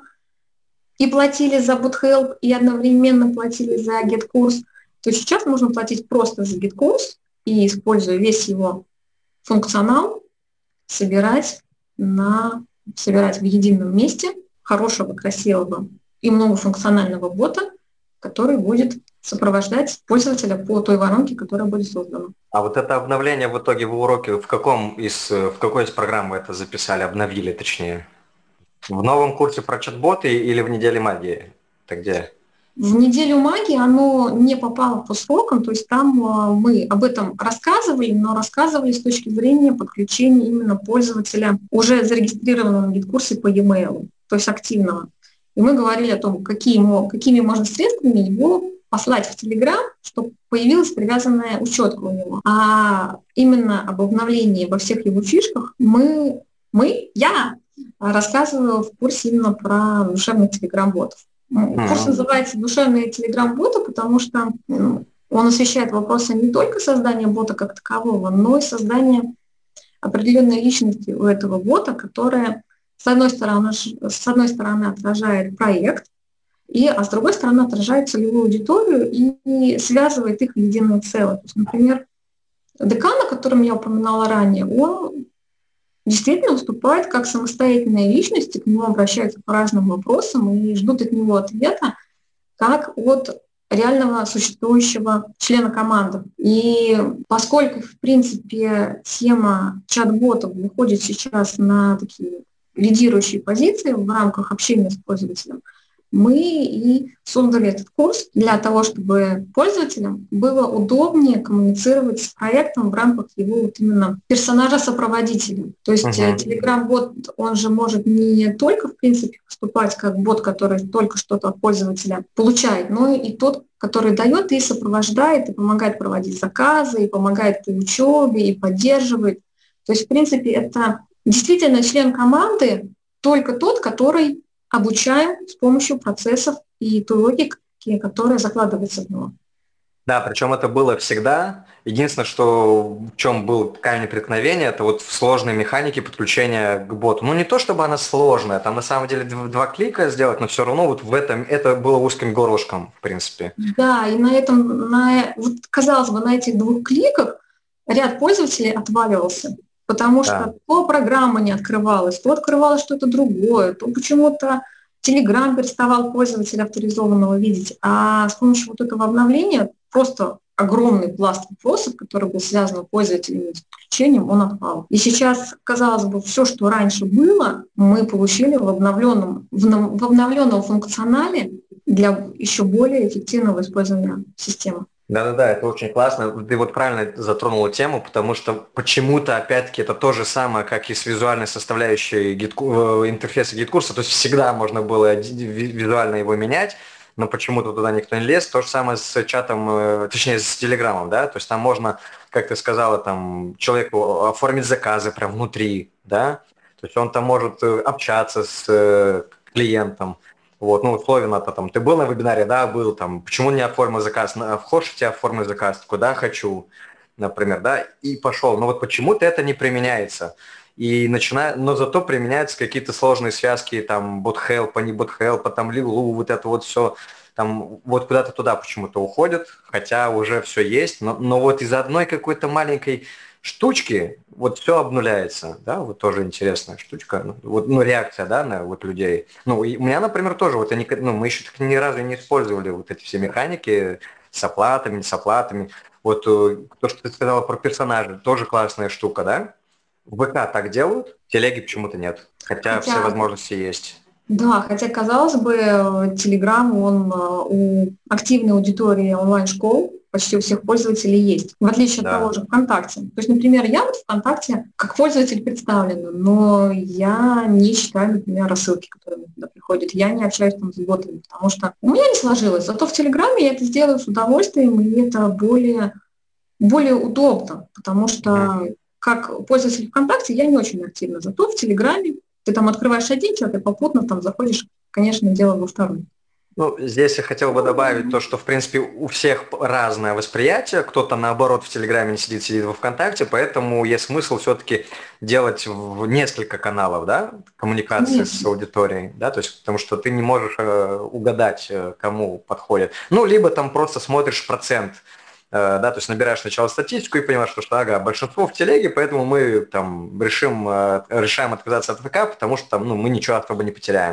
и платили за BootHelp, и одновременно платили за гид-курс, то сейчас можно платить просто за гид-курс и, используя весь его функционал, собирать, на, собирать в едином месте хорошего, красивого и многофункционального бота, который будет сопровождать пользователя по той воронке, которая будет создана. А вот это обновление в итоге в уроке в каком из, в какой из программ вы это записали, обновили точнее? В новом курсе про чат-боты или в неделе магии? Это где? В неделю магии оно не попало по срокам, то есть там мы об этом рассказывали, но рассказывали с точки зрения подключения именно пользователя, уже зарегистрированного на гид-курсе по e-mail, то есть активного. И мы говорили о том, какие ему, какими можно средствами его послать в Telegram, чтобы появилась привязанная учетка у него. А именно об обновлении во всех его фишках мы, мы я рассказывала в курсе именно про душевных телеграм-ботов. Курс называется «Душевные телеграм-боты», потому что он освещает вопросы не только создания бота как такового, но и создания определенной личности у этого бота, которая, с одной стороны, с одной стороны отражает проект, и, а с другой стороны отражает целевую аудиторию и связывает их в единое целое. То есть, например, декан, о котором я упоминала ранее, он действительно выступает как самостоятельная личность, к нему обращаются по разным вопросам и ждут от него ответа, как от реального существующего члена команды. И поскольку, в принципе, тема чат-ботов выходит сейчас на такие лидирующие позиции в рамках общения с пользователем, мы и создали этот курс для того, чтобы пользователям было удобнее коммуницировать с проектом в рамках его вот именно персонажа-сопроводителя. То есть uh-huh. Telegram-бот, он же может не только, в принципе, выступать как бот, который только что-то от пользователя получает, но и тот, который дает и сопровождает, и помогает проводить заказы, и помогает по учебе, и поддерживает. То есть, в принципе, это действительно член команды, только тот, который обучаем с помощью процессов и той логики, которая закладывается в него. Да, причем это было всегда. Единственное, что в чем был камень преткновения, это вот в сложной механике подключения к боту. Ну не то, чтобы она сложная, там на самом деле два клика сделать, но все равно вот в этом это было узким горлышком, в принципе. Да, и на этом, на, вот, казалось бы, на этих двух кликах ряд пользователей отваливался. Потому что да. то программа не открывалась, то открывалось что-то другое, то почему-то Telegram переставал пользователя авторизованного видеть. А с помощью вот этого обновления просто огромный пласт вопросов, который был связан с пользователями с подключением, он отпал. И сейчас, казалось бы, все, что раньше было, мы получили в обновленном, в, в обновленном функционале для еще более эффективного использования системы. Да-да-да, это очень классно. Ты вот правильно затронула тему, потому что почему-то, опять-таки, это то же самое, как и с визуальной составляющей гид-ку- интерфейса гид-курса. То есть всегда можно было визуально его менять, но почему-то туда никто не лез. То же самое с чатом, точнее, с Телеграмом, да. То есть там можно, как ты сказала, там человеку оформить заказы прям внутри, да. То есть он там может общаться с клиентом. Вот, ну, условно-то там, ты был на вебинаре, да, был там, почему не оформил заказ, вхож в тебя оформил заказ, куда хочу, например, да, и пошел. Но вот почему-то это не применяется. И начиная, но зато применяются какие-то сложные связки, там, бот-хелпа, не бот-хелпа, там, лилу, вот это вот все, там, вот куда-то туда почему-то уходят, хотя уже все есть, но, но вот из-за одной какой-то маленькой штучки вот все обнуляется, да, вот тоже интересная штучка, вот, ну, реакция, да, на вот людей. Ну, и у меня, например, тоже, вот, они, ну, мы еще ни разу не использовали вот эти все механики с оплатами, не с оплатами. Вот то, что ты сказала про персонажей, тоже классная штука, да? В ВК так делают, в телеге почему-то нет, хотя, хотя все возможности есть. Да, хотя, казалось бы, Telegram, он у активной аудитории онлайн-школ, почти у всех пользователей есть, в отличие да. от того же ВКонтакте. То есть, например, я вот ВКонтакте как пользователь представлена, но я не читаю, например, рассылки, которые мне туда приходят, я не общаюсь там с ботами, потому что у меня не сложилось. Зато в Телеграме я это сделаю с удовольствием, и это более, более удобно, потому что mm-hmm. как пользователь ВКонтакте я не очень активна, зато в Телеграме ты там открываешь один чат и попутно там заходишь, конечно, дело во второй. Ну, здесь я хотел бы добавить то, что, в принципе, у всех разное восприятие. Кто-то, наоборот, в Телеграме не сидит, сидит во ВКонтакте, поэтому есть смысл все-таки делать в несколько каналов, да, коммуникации Конечно. С аудиторией, да, то есть, потому что ты не можешь э, угадать, э, кому подходит. Ну, либо там просто смотришь процент, э, да, то есть набираешь сначала статистику и понимаешь, что, что ага, большинство в телеге, поэтому мы там решим, э, решаем отказаться от ВК, потому что там, ну, мы ничего особо не потеряем.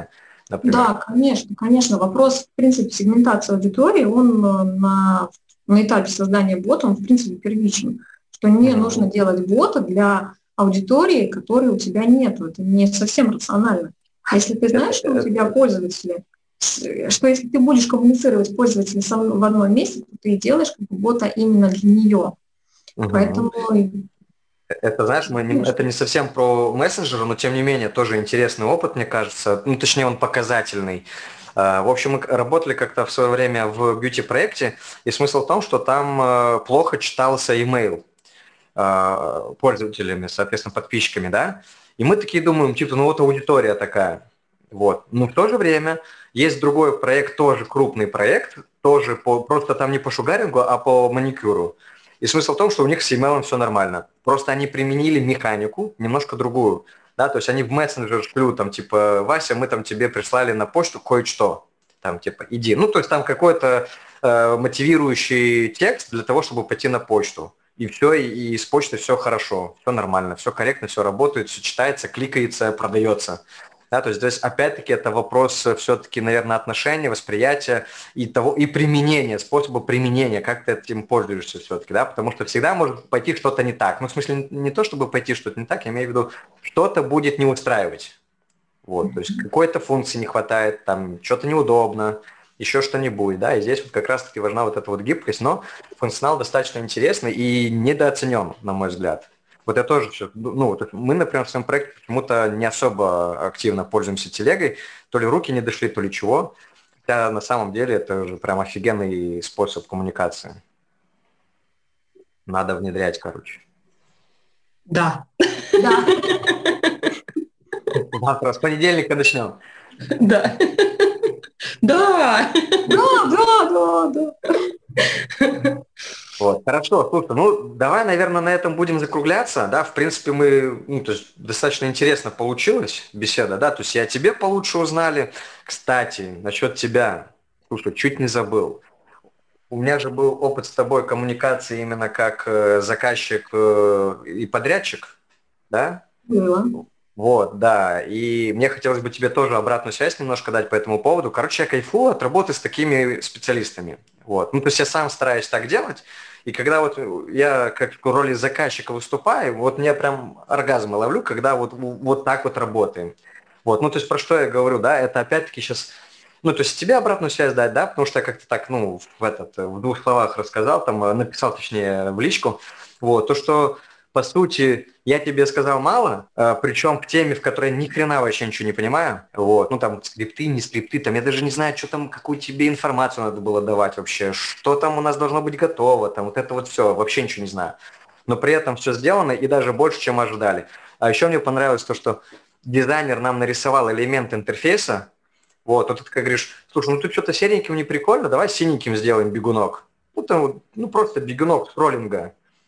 например? Да, конечно, конечно. Вопрос, в принципе, сегментации аудитории, он на, на этапе создания бота, он, в принципе, первичен. Что не Угу. нужно делать бота для аудитории, которой у тебя нет. Это не совсем рационально. А если ты знаешь, что у тебя пользователи, что если ты будешь коммуницировать с пользователем в одном месте, то ты делаешь как бы бота именно для нее. Угу. Поэтому... Это, знаешь, мы не, это не совсем про мессенджеры, но тем не менее тоже интересный опыт, мне кажется. Ну, точнее, он показательный. В общем, мы работали как-то в свое время в бьюти-проекте, и смысл в том, что там плохо читался имейл пользователями, соответственно, подписчиками, да. И мы такие думаем, типа, ну вот аудитория такая. Вот. Но в то же время есть другой проект, тоже крупный проект, тоже по, просто там не по шугарингу, а по маникюру. И смысл в том, что у них с email все нормально. Просто они применили механику немножко другую. Да, то есть они в мессенджер шлют, там, типа, Вася, мы там тебе прислали на почту кое-что. Там, типа, иди. Ну, то есть там какой-то э, мотивирующий текст для того, чтобы пойти на почту. И все, и, и с почтой все хорошо, все нормально, все корректно, все работает, все читается, кликается, продается. Да, то есть здесь опять-таки это вопрос все-таки, наверное, отношения, восприятия и, того, и применения, способа применения, как ты этим пользуешься все-таки, да, потому что всегда может пойти что-то не так. Ну, в смысле, не то, чтобы пойти что-то не так, я имею в виду, что-то будет не устраивать. Вот, то есть какой-то функции не хватает, там, что-то неудобно, еще что-нибудь, да, и здесь вот как раз-таки важна вот эта вот гибкость, но функционал достаточно интересный и недооценен, на мой взгляд. Вот я тоже все, ну, вот мы, например, в своем проекте почему-то не особо активно пользуемся телегой, то ли руки не дошли, то ли чего, хотя на самом деле это уже прям офигенный способ коммуникации. Надо внедрять, короче. Да. Да. Завтра, с понедельника начнем. Да. Да. Да, да, да, да. Вот, хорошо, слушай, ну давай, наверное, на этом будем закругляться, да, в принципе, мы, ну, то есть достаточно интересно получилась беседа, да, то есть и о тебе получше узнали. Кстати, насчет тебя, слушай, чуть не забыл. У меня же был опыт с тобой коммуникации именно как э, заказчик э, и подрядчик, да? Было. Вот, да, и мне хотелось бы тебе тоже обратную связь немножко дать по этому поводу. Короче, я кайфую от работы с такими специалистами. Вот. Ну, то есть я сам стараюсь так делать, и когда вот я как в роли заказчика выступаю, вот мне прям оргазмы ловлю, когда вот, вот так вот работаем. Вот, ну, то есть про что я говорю, да, это опять-таки сейчас, ну, то есть тебе обратную связь дать, да, потому что я как-то так, ну, в, этот, в двух словах рассказал, там, написал, точнее, в личку, вот, то, что по сути, я тебе сказал мало, причем к теме, в которой ни хрена вообще ничего не понимаю. Вот, ну там скрипты, не скрипты, там я даже не знаю, что там, какую тебе информацию надо было давать вообще, что там у нас должно быть готово, там вот это вот все, вообще ничего не знаю. Но при этом все сделано и даже больше, чем ожидали. А еще мне понравилось то, что дизайнер нам нарисовал элемент интерфейса. Вот, вот ты как говоришь, слушай, ну тут что-то сереньким не прикольно, давай синеньким сделаем бегунок. Ну там ну просто бегунок с роллинга.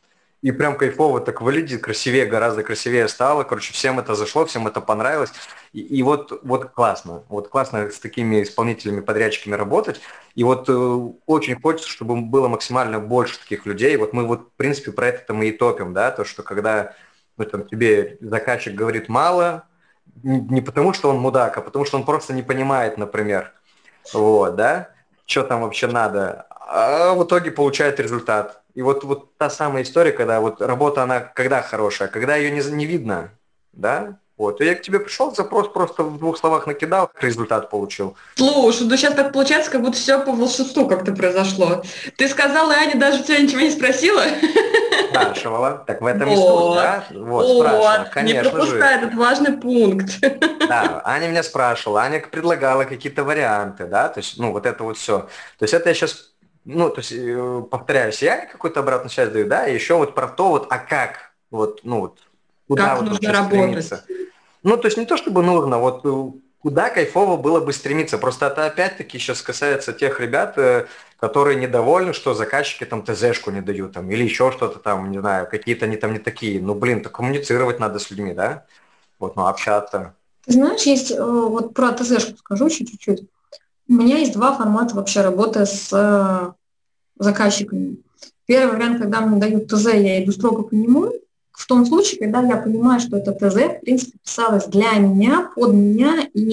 И прям кайфово так выглядит, красивее, гораздо красивее стало. Короче, всем это зашло, всем это понравилось. И, и вот, вот классно. Вот классно с такими исполнителями, подрядчиками работать. И вот э, очень хочется, чтобы было максимально больше таких людей. Вот мы вот, в принципе, про это мы и топим, да, то, что когда ну, там, тебе заказчик говорит мало, не, не потому, что он мудак, а потому, что он просто не понимает, например, вот, да, что там вообще надо, а в итоге получает результат. И вот, вот та самая история, когда вот работа, она когда хорошая, когда ее не, не видно, да, вот. И я к тебе пришел, запрос просто в двух словах накидал, результат получил. Слушай, ну сейчас так получается, как будто все по волшебству как-то произошло. Ты сказала, и Аня даже тебя ничего не спросила? Спрашивала. Так в этом и суть, Вот, да? Вот, спрашивала, вот, не конечно же. пропускай этот важный пункт. Да, Аня меня спрашивала, Аня предлагала какие-то варианты, да, то есть, ну, вот это вот все. То есть это я сейчас, ну, то есть, э, повторяюсь, я какую-то обратную связь даю, да, и еще вот про то вот, а как, вот, ну, вот, куда Как вот нужно вообще работать. стремиться. Ну, то есть не то, чтобы нужно, вот э, куда кайфово было бы стремиться. Просто это опять-таки сейчас касается тех ребят, э, которые недовольны, что заказчики там ТЗшку не дают, там, или еще что-то там, не знаю, какие-то они там не такие. Ну, блин, то коммуницировать надо с людьми, да? Вот, ну, общаться. Ты знаешь, есть, э, вот про ТЗшку скажу еще чуть-чуть. У меня есть два формата вообще работы с э, заказчиками. Первый вариант, когда мне дают ТЗ, я иду строго по нему. В том случае, когда я понимаю, что это ТЗ, в принципе, писалось для меня, под меня, и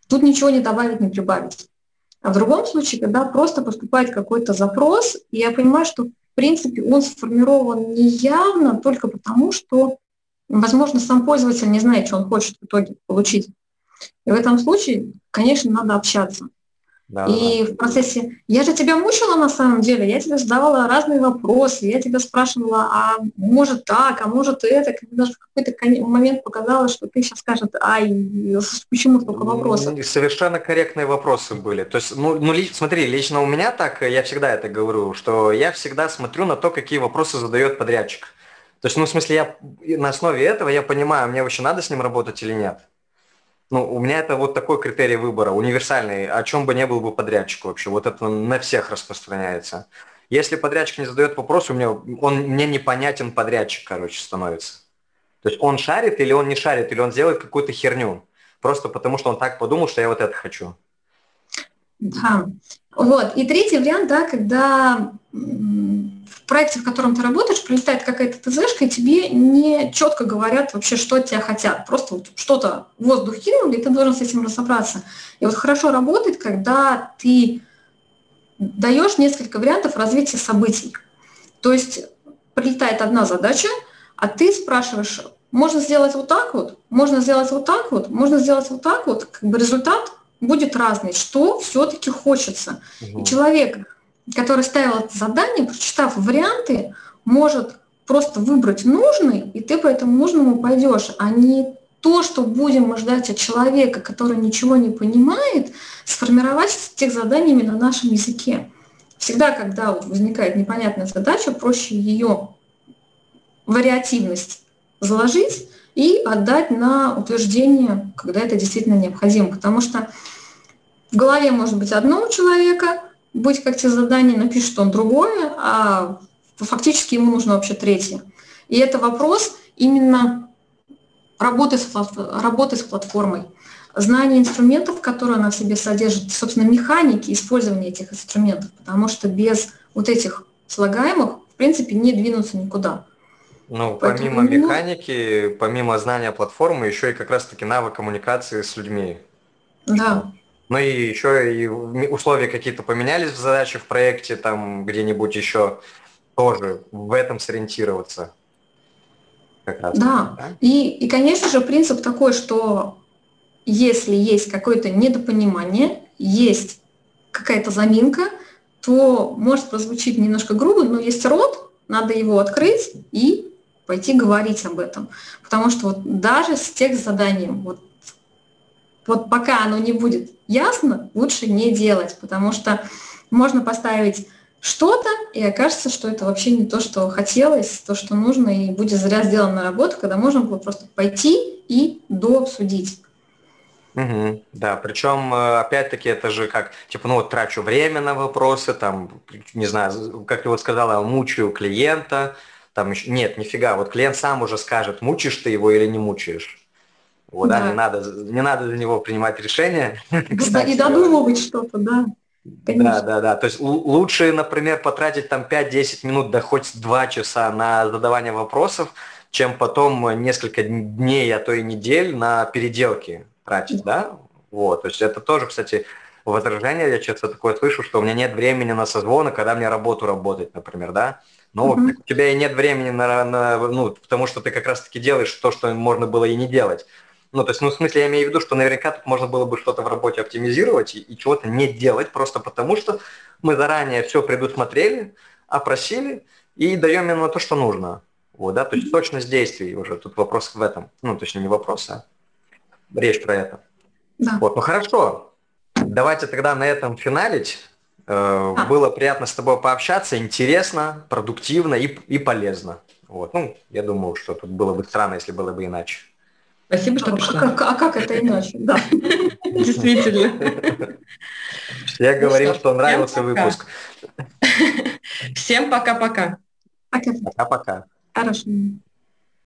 тут ничего не добавить, не прибавить. А в другом случае, когда просто поступает какой-то запрос, и я понимаю, что в принципе он сформирован неявно только потому, что, возможно, сам пользователь не знает, что он хочет в итоге получить. И в этом случае, конечно, надо общаться. Да-да-да. И в процессе, я же тебя мучила на самом деле, я тебе задавала разные вопросы, я тебя спрашивала, а может так, а может это, даже в какой-то момент показалось, что ты сейчас скажешь, ай, почему столько вопросов? Совершенно корректные вопросы были. То есть, ну, ну, смотри, лично у меня так, я всегда это говорю, что я всегда смотрю на то, какие вопросы задает подрядчик. То есть, ну, в смысле, я на основе этого я понимаю, мне вообще надо с ним работать или нет. Ну, у меня это вот такой критерий выбора, универсальный, о чем бы не был бы подрядчик вообще. Вот это на всех распространяется. Если подрядчик не задает вопрос, у меня, он мне непонятен подрядчик, короче, становится. То есть он шарит или он не шарит, или он делает какую-то херню. Просто потому, что он так подумал, что я вот это хочу. Да. Вот. И третий вариант, да, когда в проекте, в котором ты работаешь, прилетает какая-то ТЗшка, и тебе не четко говорят вообще, что от тебя хотят. Просто вот что-то в воздух кинули, и ты должен с этим разобраться. И вот хорошо работает, когда ты даешь несколько вариантов развития событий. То есть прилетает одна задача, а ты спрашиваешь, можно сделать вот так вот, можно сделать вот так вот, можно сделать вот так вот, как бы результат будет разный, что все-таки хочется. Угу. И человек, который ставил это задание, прочитав варианты, может просто выбрать нужный, и ты по этому нужному пойдешь, а не то, что будем мы ждать от человека, который ничего не понимает, сформировать тех заданиями на нашем языке. Всегда, когда вот возникает непонятная задача, проще ее вариативность заложить и отдать на утверждение, когда это действительно необходимо. Потому что в голове может быть одно у человека, быть как те задания, напишет он другое, а фактически ему нужно вообще третье. И это вопрос именно работы с, работы с платформой, знание инструментов, которые она в себе содержит, собственно, механики использования этих инструментов, потому что без вот этих слагаемых, в принципе, не двинуться никуда. Ну, Поэтому помимо именно... механики, помимо знания платформы, еще и как раз-таки навык коммуникации с людьми. Да. Ну и еще и условия какие-то поменялись в задаче в проекте, там где-нибудь еще тоже в этом сориентироваться. Как раз да. да, и, и, конечно же, принцип такой, что если есть какое-то недопонимание, есть какая-то заминка, то может прозвучить немножко грубо, но есть рот, надо его открыть и пойти говорить об этом. Потому что вот даже с текст-заданием, вот, вот пока оно не будет ясно, лучше не делать, потому что можно поставить что-то, и окажется, что это вообще не то, что хотелось, то, что нужно, и будет зря сделана работа, когда можно было просто пойти и дообсудить. Угу, да, причем, опять-таки, это же как, типа, ну вот трачу время на вопросы, там, не знаю, как ты вот сказала, мучаю клиента, там еще, нет, нифига, вот клиент сам уже скажет, мучаешь ты его или не мучаешь. Вот, да, да не надо, не надо за него принимать решение. Кстати, и додумывать что-то, да. Конечно. Да, да, да. То есть лучше, например, потратить там пять-десять минут, да хоть два часа на задавание вопросов, чем потом несколько дней, а то и недель на переделки тратить, да? Вот, то есть это тоже, кстати, возражение, я часто такое слышу, что у меня нет времени на созвоны, когда мне работу работать, например, да? Ну, uh-huh. у тебя и нет времени на, на, ну, потому что ты как раз-таки делаешь то, что можно было и не делать. Ну, то есть, ну, в смысле, я имею в виду, что наверняка тут можно было бы что-то в работе оптимизировать и, и чего-то не делать, просто потому что мы заранее все предусмотрели, опросили и даем именно то, что нужно. Вот, да, то есть точность действий уже, тут вопрос в этом. Ну, точнее, не вопрос, а речь про это. Да. Вот, ну хорошо. Давайте тогда на этом финалить. Э, а. Было приятно с тобой пообщаться, интересно, продуктивно и, и полезно. Вот, ну, я думаю, что тут было бы странно, если было бы иначе. Спасибо, что пришла. А как, а как это иначе? Да. Действительно. Я говорил, что нравился выпуск. Всем пока-пока. Пока-пока. Пока-пока. Хорошо.